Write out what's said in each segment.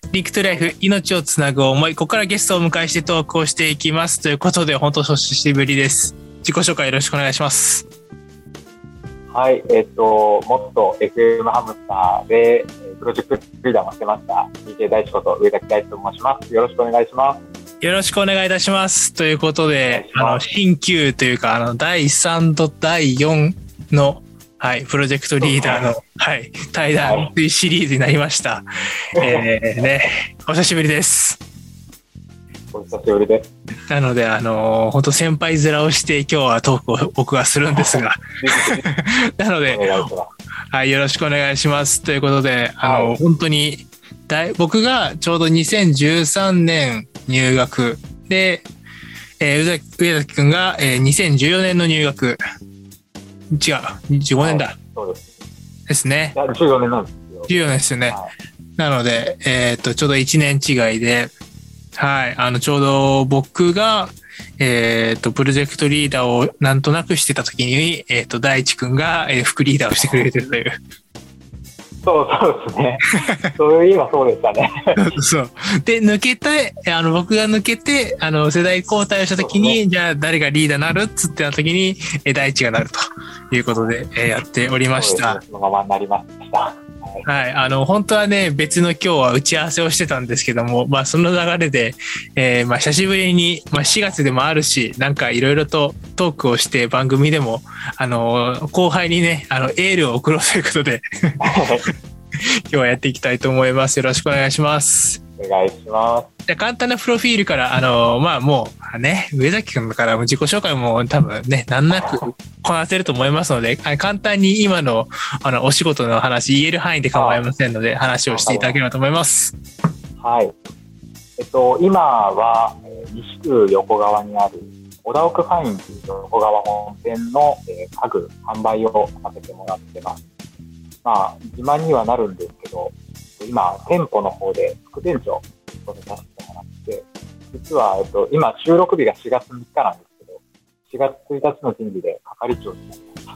リンクトゥライフ、命をつなぐ思い。ここからゲストをお迎えしてトークをしていきますということで、本当久しぶりです。自己紹介よろしくお願いします。 はい、もっと FM ハムスターでプロジェクトリーダーもしてました DJ 大地こと上崎大地と申します。よろしくお願いします。 よろしくお願いいたします。ということで、新旧というか、第3と第4の、はい、プロジェクトリーダーの、はい、対談というシリーズになりました。お久しぶりです。 お久しぶりです。 なので、本当先輩面をして今日はトークを僕はするんですが。なので、はい、よろしくお願いします。ということで、本当に、僕がちょうど2013年入学で、上崎くんが、2014年の入学。違う、15年だ。はい、 そうですね。 14年なんですよ。 14年ですよね。はい、なので、ちょうど1年違いで、はい、ちょうど僕が、プロジェクトリーダーをなんとなくしてた時に、大地くんが、副リーダーをしてくれてるという。 そうですね。そういえばそうでしたね。 そう。で、僕が抜けて、世代交代をした時に、ね、じゃあ誰がリーダーになるっつってな時に、大地がなるということで、やっておりました。 そのままになりました。 はい。本当はね、別の今日は打ち合わせをしてたんですけども、その流れで、久しぶりに、4月でもあるし、なんかいろいろとトークをして番組でも、後輩にね、エールを送ろうということで、今日はやっていきたいと思います。よろしくお願いします。 お願いします。 じゃあ簡単なプロフィールから、もうね、上崎くんから自己紹介も多分ね、難なくこなせると思いますので、簡単に今の、お仕事の話、言える範囲で構いませんので、話をしていただければと思います。 はい。今は、西区横川にある、小田奥ファインという横川本店の、家具販売をさせてもらってます。自慢にはなるんですけど、今、店舗の方で副店長を務めさせてもらって、実は、今、収録日が4月3日なんですけど、4月1日の人事で係長になりました。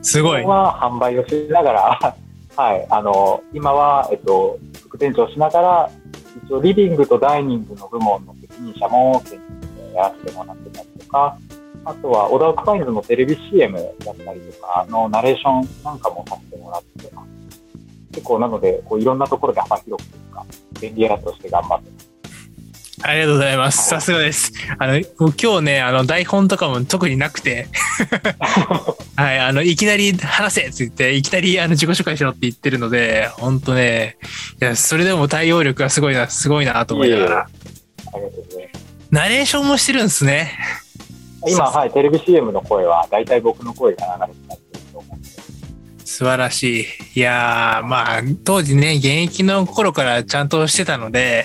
すごい。 今は販売をしながら、はい、今は、副店長をしながら、一応、リビングとダイニングの部門の責任者もやらせてもらってたりとか、あとは、小田奥ファインズのテレビ CM だったりとかのナレーションなんかもさせてもらってます。結構なので、いろんなところで幅広くというか、便利屋として頑張ってます。 ありがとうございます。さすがです。今日ね、台本とかも特になくて、はい、いきなり話せって言って、いきなり自己紹介しろって言ってるので、本当ね、いや、それでも対応力がすごいなと思いながら。 ありがとうございます。 ナレーションもしてるんですね。 今、はい、テレビ CM の声は、だいたい僕の声が流れてたりすると思うんで。 素晴らしい。いやー、当時ね、現役の頃からちゃんとしてたので。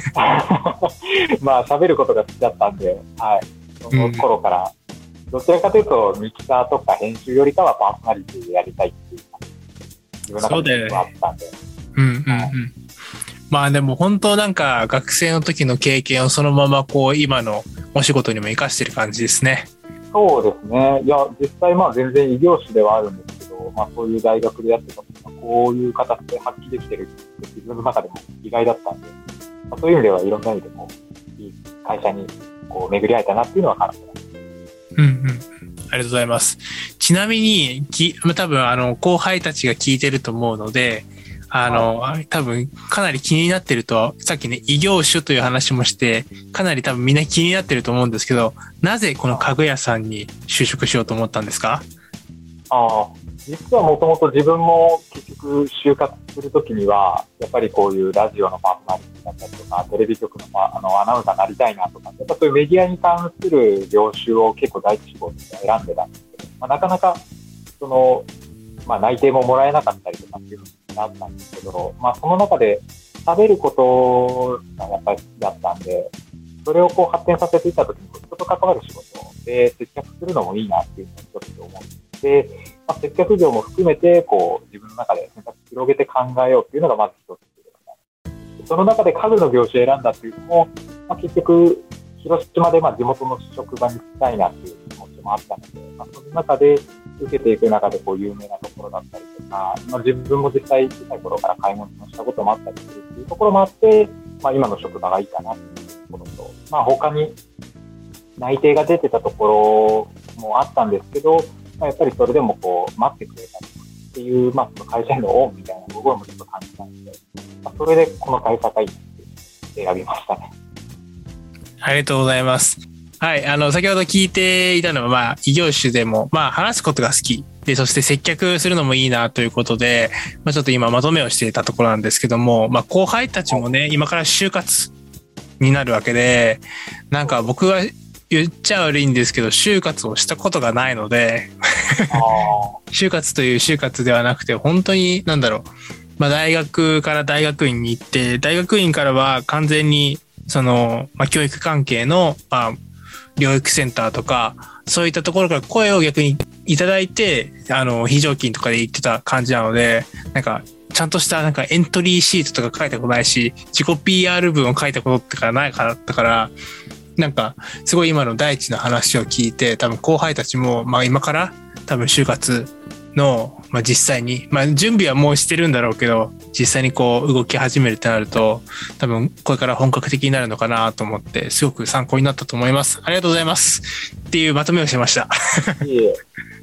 喋ることが好きだったんで、はい。その頃から、どちらかというと、ミキサーとか編集よりかはパーソナリティでやりたいっていう自分の中であったんで。 でも本当なんか学生の時の経験をそのまま今のお仕事にも活かしてる感じですね。 そうですね。いや、実際全然異業種ではあるんですけど、そういう大学でやってたことがこういう形で発揮できてるって自分の中でも意外だったんで、そういう意味ではいろんな意味でもいい会社に巡り合えたなっていうのは感じてます。 ありがとうございます。ちなみに多分後輩たちが聞いてると思うので、多分かなり気になってると、さっきね、異業種という話もして、かなり多分みんな気になってると思うんですけど、なぜこの家具屋さんに就職しようと思ったんですか？ 実はもともと自分も結局就活するときには、やっぱりこういうラジオのパーソナリティだったりとか、テレビ局のアナウンサーになりたいなとか、やっぱそういうメディアに関する業種を結構第一志望として選んでたんですけど、なかなか内定ももらえなかったりとかっていうふうになったんですけど、その中で喋ることがやっぱり好きだったんで、それを発展させていったときに人と関わる仕事で接客するのもいいなっていうのを一つ思って、接客業も含めて自分の中で選択肢を広げて考えようっていうのがまず一つですね。その中で家具の業種を選んだっていうのも、結局広島で地元の職場に行きたいなっていう気持ちもあったので、その中で受けていく中で有名なところだったりとか、自分も実際小さい頃から買い物したこともあったりするっていうところもあって、今の職場がいいかなっていうところと、他に内定が出てたところもあったんですけど、やっぱりそれでも待ってくれたりっていう、その会社への恩みたいなところもちょっと感じたので、それでこの会社がいいって選びましたね。 ありがとうございます。はい、先ほど聞いていたのは、異業種でも、話すことが好きで、そして接客するのもいいなということで、ちょっと今まとめをしていたところなんですけども、後輩たちもね、今から就活になるわけで、なんか僕は言っちゃ悪いんですけど、就活をしたことがないので、就活という就活ではなくて、本当に大学から大学院に行って、大学院からは完全に教育関係の、療育センターとか、そういったところから声を逆にいただいて、非常勤とかで行ってた感じなので、ちゃんとしたエントリーシートとか書いたことないし、自己 PR 文を書いたことってからないからだったから、すごい今の第一の話を聞いて、多分後輩たちも、今から多分就活の、実際に、準備はもうしてるんだろうけど、実際に動き始めるってなると、多分これから本格的になるのかなと思って、すごく参考になったと思います。ありがとうございます。っていうまとめをしました。 いえ。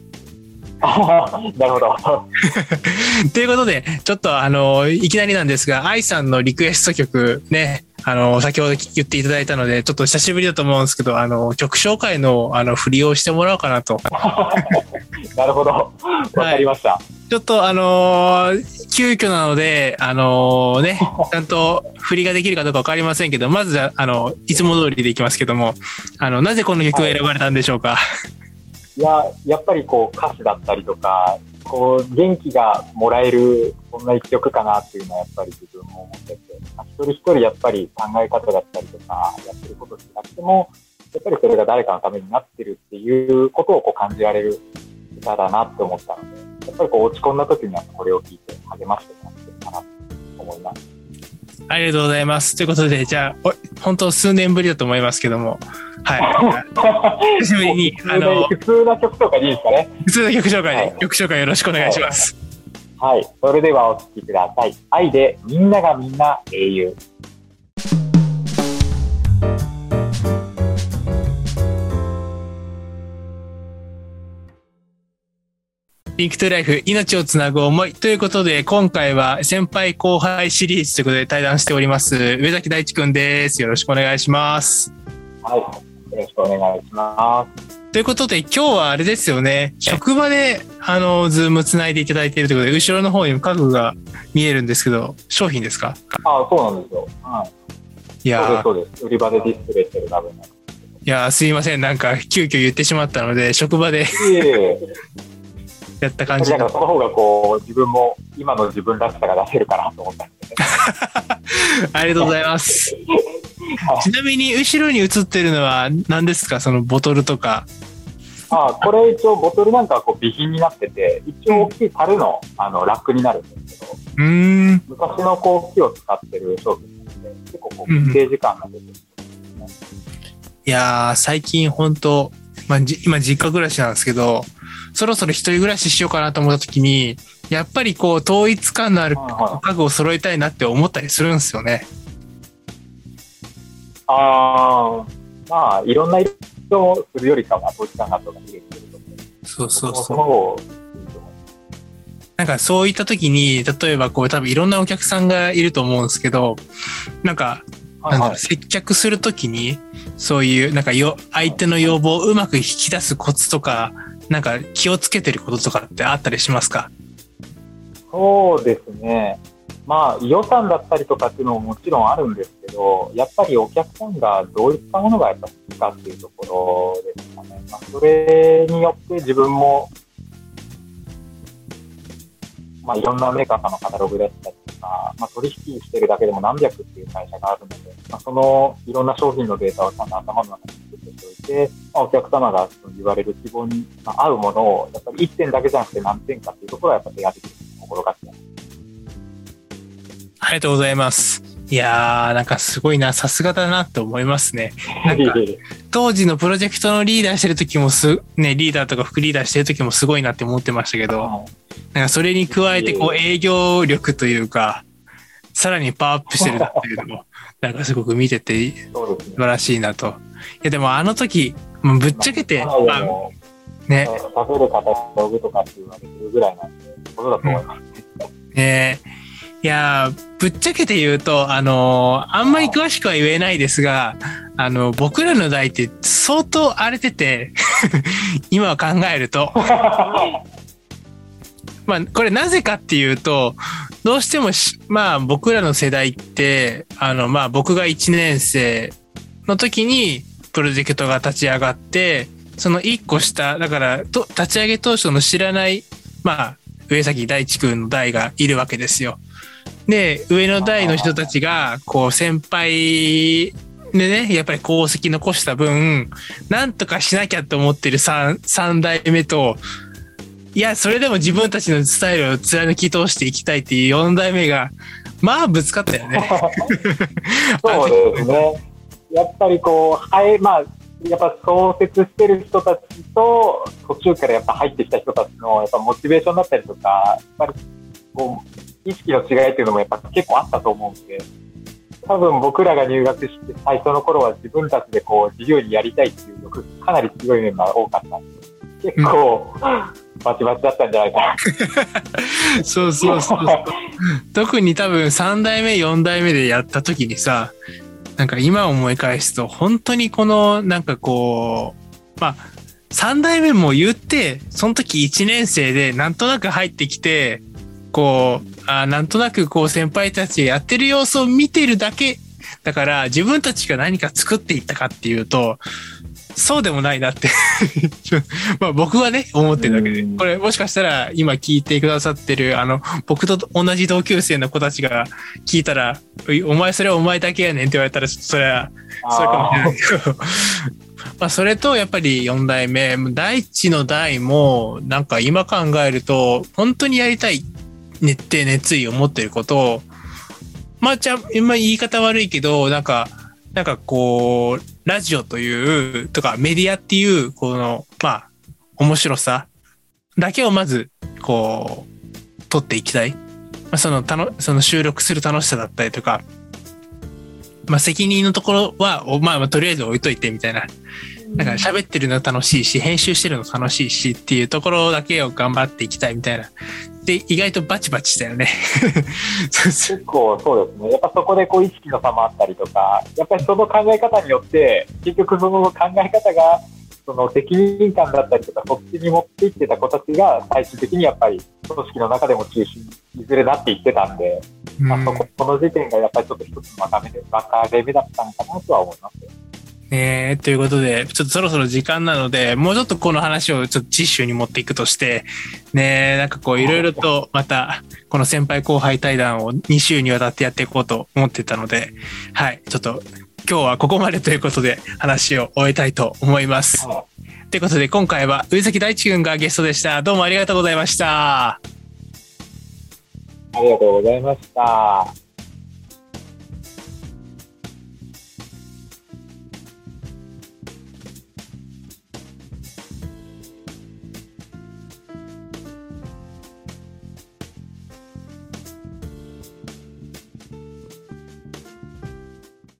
なるほど。 ということで、ちょっといきなりなんですが、愛さんのリクエスト曲ね、先ほど言っていただいたので、ちょっと久しぶりだと思うんですけど、曲紹介の振りをしてもらおうかなと。 なるほど。わかりました。 ちょっと急遽なので、ちゃんと振りができるかどうかわかりませんけど、まずいつも通りでいきますけども、なぜこの曲を選ばれたんでしょうか。 やっぱり歌詞だったりとか、元気がもらえる、そんな一曲かなっていうのはやっぱり自分も思ってて、一人一人やっぱり考え方だったりとか、やってることしなくても、やっぱりそれが誰かのためになってるっていうことを感じられる歌だなって思ったので、やっぱり落ち込んだ時にはこれを聞いて励ましてもらってるかなと思います。 ありがとうございます。ということで、じゃあ、本当数年ぶりだと思いますけども、はい。久しぶりに、 普通な曲とかいいですかね。 普通の曲紹介で、はい、曲紹介よろしくお願いします。 はい。それではお聴きください。愛でみんながみんな英雄。 リンクトゥライフ、命をつなぐ思いということで、今回は先輩後輩シリーズということで対談しております、上崎大地くんです。よろしくお願いします。 はい。よろしくお願いします。 ということで、今日はあれですよね、職場で、ズームつないでいただいているということで、後ろの方にも家具が見えるんですけど、商品ですか？ そうなんですよ。はい。いやそうです。売り場でディスプレイしてる鍋なんですけど。 いやすいません。急遽言ってしまったので、職場で。やった感じ。 その方が自分も今の自分らしさが出せるかなと思ったんですね。 ありがとうございます。ちなみに後ろに映ってるのは何ですか？そのボトルとか。 これ一応ボトルなんかは備品になってて、一応大きい樽のラックになるんですけど、昔の木を使ってる商品なので、結構ヴィンテージ感が出てるんですね。 いやー、最近本当、今実家暮らしなんですけど、そろそろ一人暮らししようかなと思った時に、やっぱり統一感のある家具を揃えたいなって思ったりするんですよね。 いろんな色をするよりかは統一感があった方がいいですけど。 そう。そういった時に、例えば多分いろんなお客さんがいると思うんですけど、接客するときに、そういう相手の要望をうまく引き出すコツとか、気をつけてることとかってあったりしますか？ そうですね。予算だったりとかっていうのももちろんあるんですけど、やっぱりお客さんがどういったものがやっぱ好きかっていうところですかね。それによって自分も、いろんなメーカーさんのカタログだったりとか、取引してるだけでも何百っていう会社があるので、そのいろんな商品のデータをちゃんと頭の中に作っておいて、お客様が言われる希望に合うものを、やっぱり1点だけじゃなくて何点かっていうところはやっぱり手当てて心がけてます。 ありがとうございます。 いやー、なんかすごいな、さすがだなと思いますね。なんか当時のプロジェクトのリーダーしてる時もね、リーダーとか副リーダーしてる時もすごいなって思ってましたけど、なんかそれに加えてこう営業力というか、さらにパワーアップしてるっていうのも、なんかすごく見てて素晴らしいなと。いやでもあの時、もうぶっちゃけて、ね。 食べる方道具とかって言われてるぐらいなんで、ことだと思います。 いやぶっちゃけて言うと、あんまり詳しくは言えないですが、僕らの代って相当荒れてて、今考えると。まあ、これなぜかっていうと、どうしてもまあ僕らの世代って、まあ僕が1年生の時にプロジェクトが立ち上がって、その1個下、だから立ち上げ当初の知らない、まあ上崎大地君の代がいるわけですよ。で、上の代の人たちが、こう先輩でね、やっぱり功績残した分、なんとかしなきゃって思ってる3代目と、いや、それでも自分たちのスタイルを貫き通していきたいっていう4代目が、まあぶつかったよね。 そうですね。やっぱりこう、まあ、やっぱ創設してる人たちと、途中からやっぱ入ってきた人たちの、やっぱモチベーションだったりとか、やっぱりこう、意識の違いっていうのもやっぱ結構あったと思うんで、多分僕らが入学して最初の頃は自分たちでこう、自由にやりたいっていう欲、かなり強いメンバーが多かったんで、結構、バチバチだったんじゃないかな。 そう。特に多分3代目、4代目でやった時にさ、なんか今思い返すと、本当にこの、なんかこう、まあ、3代目も言って、その時1年生でなんとなく入ってきて、こう、なんとなくこう先輩たちやってる様子を見てるだけ。だから自分たちが何か作っていったかっていうと、そうでもないなってまあ僕はね思ってるだけで、これもしかしたら今聞いてくださってる僕と同じ同級生の子たちが聞いたら、お前それはお前だけやねんって言われたら、それはそうかもしれないけどまあそれとやっぱり4代目第一の代もなんか今考えると本当にやりたいって熱意を持ってることを、まあ今言い方悪いけどなんかこうラジオというとかメディアっていうこのまあ面白さだけをまずこう取っていきたい、まあ、その収録する楽しさだったりとか、まあ責任のところはまあとりあえず置いといてみたいな、なんか喋ってるの楽しいし編集してるの楽しいしっていうところだけを頑張っていきたいみたいな。で意外とバチバチしたよね結構そうですね。やっぱそこでこう意識の差もあったりとか、やっぱりその考え方によって結局その考え方がその責任感だったりとかそっちに持っていってた子たちが最終的にやっぱり組織の中でも中心にいずれなっていってたんで、まあ、この時点がやっぱりちょっと一つの分かれ目だったのかなとは思います。 ということで、ちょっとそろそろ時間なので、もうちょっとこの話をちょっと次週に持っていくとして、なんかこういろいろとまた、この先輩後輩対談を2週にわたってやっていこうと思ってたので、はい、ちょっと今日はここまでということで話を終えたいと思います。ということで今回は上崎大地君がゲストでした。どうもありがとうございました。 ありがとうございました。